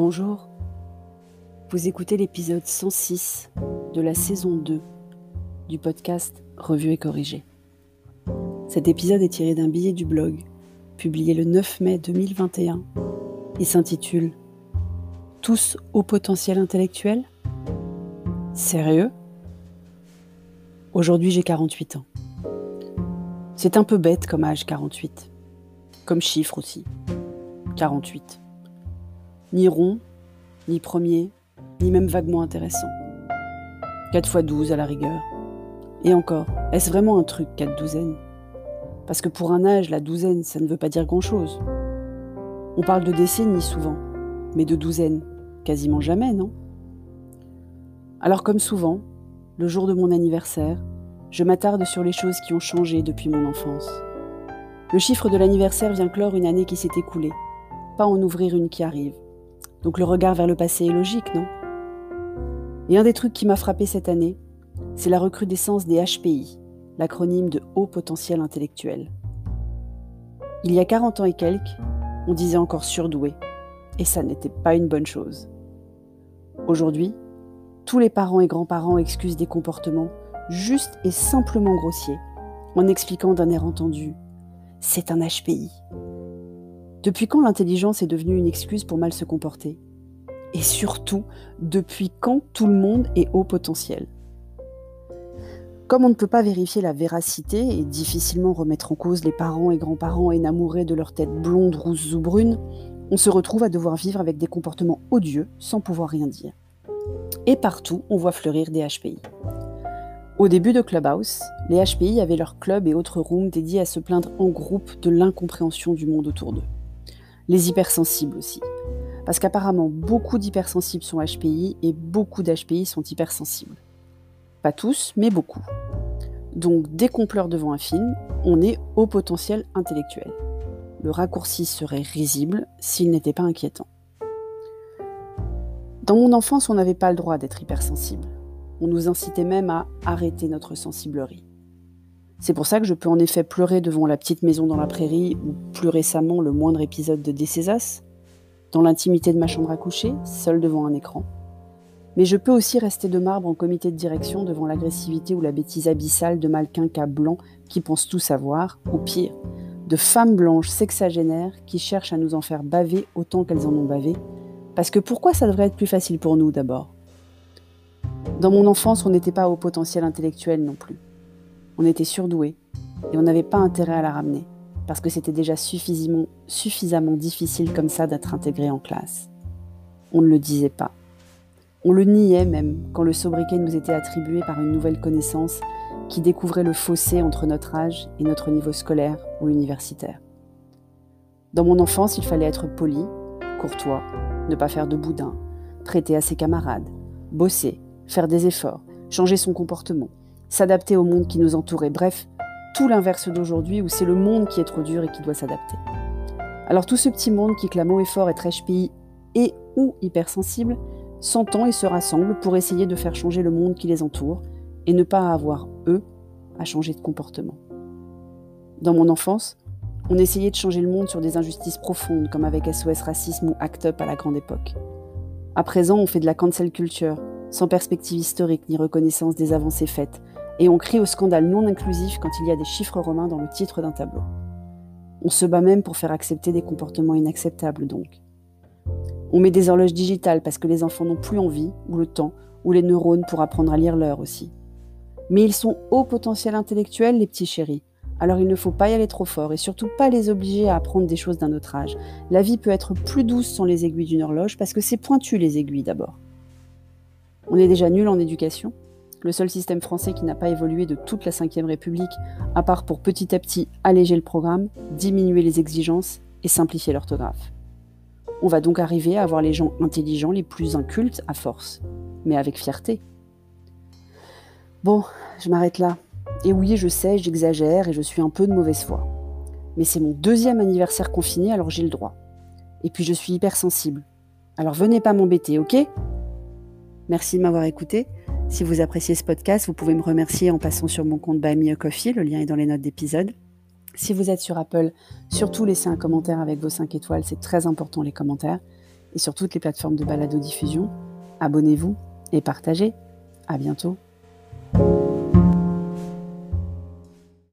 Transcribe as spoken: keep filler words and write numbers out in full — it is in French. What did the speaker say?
Bonjour, vous écoutez l'épisode cent six de la saison deux du podcast Revue et corrigée. Cet épisode est tiré d'un billet du blog, publié le neuf mai deux mille vingt et un. Il s'intitule « Tous au potentiel intellectuel ?» Sérieux ? Aujourd'hui j'ai quarante-huit ans. C'est un peu bête comme âge quarante-huit, comme chiffre aussi, quarante-huit. Ni rond, ni premier, ni même vaguement intéressant. quatre fois douze à la rigueur. Et encore, est-ce vraiment un truc, quatre douzaines ? Parce que pour un âge, la douzaine, ça ne veut pas dire grand-chose. On parle de décennies souvent, mais de douzaine, quasiment jamais, non ? Alors comme souvent, le jour de mon anniversaire, je m'attarde sur les choses qui ont changé depuis mon enfance. Le chiffre de l'anniversaire vient clore une année qui s'est écoulée, pas en ouvrir une qui arrive. Donc le regard vers le passé est logique, non ? Et un des trucs qui m'a frappé cette année, c'est la recrudescence des H P I, l'acronyme de Haut Potentiel Intellectuel. Il y a quarante ans et quelques, on disait encore surdoué, et ça n'était pas une bonne chose. Aujourd'hui, tous les parents et grands-parents excusent des comportements juste et simplement grossiers, en expliquant d'un air entendu « c'est un H P I ». Depuis quand l'intelligence est devenue une excuse pour mal se comporter ? Et surtout, depuis quand tout le monde est haut potentiel ? Comme on ne peut pas vérifier la véracité et difficilement remettre en cause les parents et grands-parents énamourés de leur tête blonde, rousse ou brune, on se retrouve à devoir vivre avec des comportements odieux sans pouvoir rien dire. Et partout, on voit fleurir des H P I. Au début de Clubhouse, les H P I avaient leur club et autres rooms dédiés à se plaindre en groupe de l'incompréhension du monde autour d'eux. Les hypersensibles aussi. Parce qu'apparemment, beaucoup d'hypersensibles sont H P I et beaucoup d'H P I sont hypersensibles. Pas tous, mais beaucoup. Donc, dès qu'on pleure devant un film, on est au potentiel intellectuel. Le raccourci serait risible s'il n'était pas inquiétant. Dans mon enfance, on n'avait pas le droit d'être hypersensible. On nous incitait même à arrêter notre sensiblerie. C'est pour ça que je peux en effet pleurer devant La petite maison dans la prairie ou plus récemment le moindre épisode de This Is Us, dans l'intimité de ma chambre à coucher, seule devant un écran. Mais je peux aussi rester de marbre en comité de direction devant l'agressivité ou la bêtise abyssale de malquinques blancs qui pensent tout savoir, ou pire, de femmes blanches sexagénaires qui cherchent à nous en faire baver autant qu'elles en ont bavé, parce que pourquoi ça devrait être plus facile pour nous d'abord ? Dans mon enfance, on n'était pas au potentiel intellectuel non plus. On était surdoués et on n'avait pas intérêt à la ramener parce que c'était déjà suffisamment, suffisamment difficile comme ça d'être intégré en classe. On ne le disait pas. On le niait même quand le sobriquet nous était attribué par une nouvelle connaissance qui découvrait le fossé entre notre âge et notre niveau scolaire ou universitaire. Dans mon enfance, il fallait être poli, courtois, ne pas faire de boudin, prêter à ses camarades, bosser, faire des efforts, changer son comportement, s'adapter au monde qui nous entourait, bref, tout l'inverse d'aujourd'hui où c'est le monde qui est trop dur et qui doit s'adapter. Alors tout ce petit monde qui clame haut et fort être H P I et ou hypersensible s'entend et se rassemble pour essayer de faire changer le monde qui les entoure et ne pas avoir, eux, à changer de comportement. Dans mon enfance, on essayait de changer le monde sur des injustices profondes comme avec S O S Racisme ou Act Up à la grande époque. À présent, on fait de la cancel culture, sans perspective historique ni reconnaissance des avancées faites, et on crie au scandale non inclusif quand il y a des chiffres romains dans le titre d'un tableau. On se bat même pour faire accepter des comportements inacceptables donc. On met des horloges digitales parce que les enfants n'ont plus envie, ou le temps, ou les neurones pour apprendre à lire l'heure aussi. Mais ils sont haut potentiel intellectuel, les petits chéris, alors il ne faut pas y aller trop fort et surtout pas les obliger à apprendre des choses d'un autre âge. La vie peut être plus douce sans les aiguilles d'une horloge parce que c'est pointu les aiguilles d'abord. On est déjà nul en éducation. Le seul système français qui n'a pas évolué de toute la cinquième République, à part pour petit à petit alléger le programme, diminuer les exigences et simplifier l'orthographe. On va donc arriver à avoir les gens intelligents les plus incultes à force, mais avec fierté. Bon, je m'arrête là. Et oui, je sais, j'exagère et je suis un peu de mauvaise foi. Mais c'est mon deuxième anniversaire confiné, alors j'ai le droit. Et puis je suis hypersensible. Alors venez pas m'embêter, ok ? Merci de m'avoir écouté. Si vous appréciez ce podcast, vous pouvez me remercier en passant sur mon compte Buy Me a Coffee, le lien est dans les notes d'épisode. Si vous êtes sur Apple, surtout laissez un commentaire avec vos cinq étoiles, c'est très important les commentaires. et sur toutes les plateformes de balado-diffusion. Abonnez-vous et partagez. À bientôt.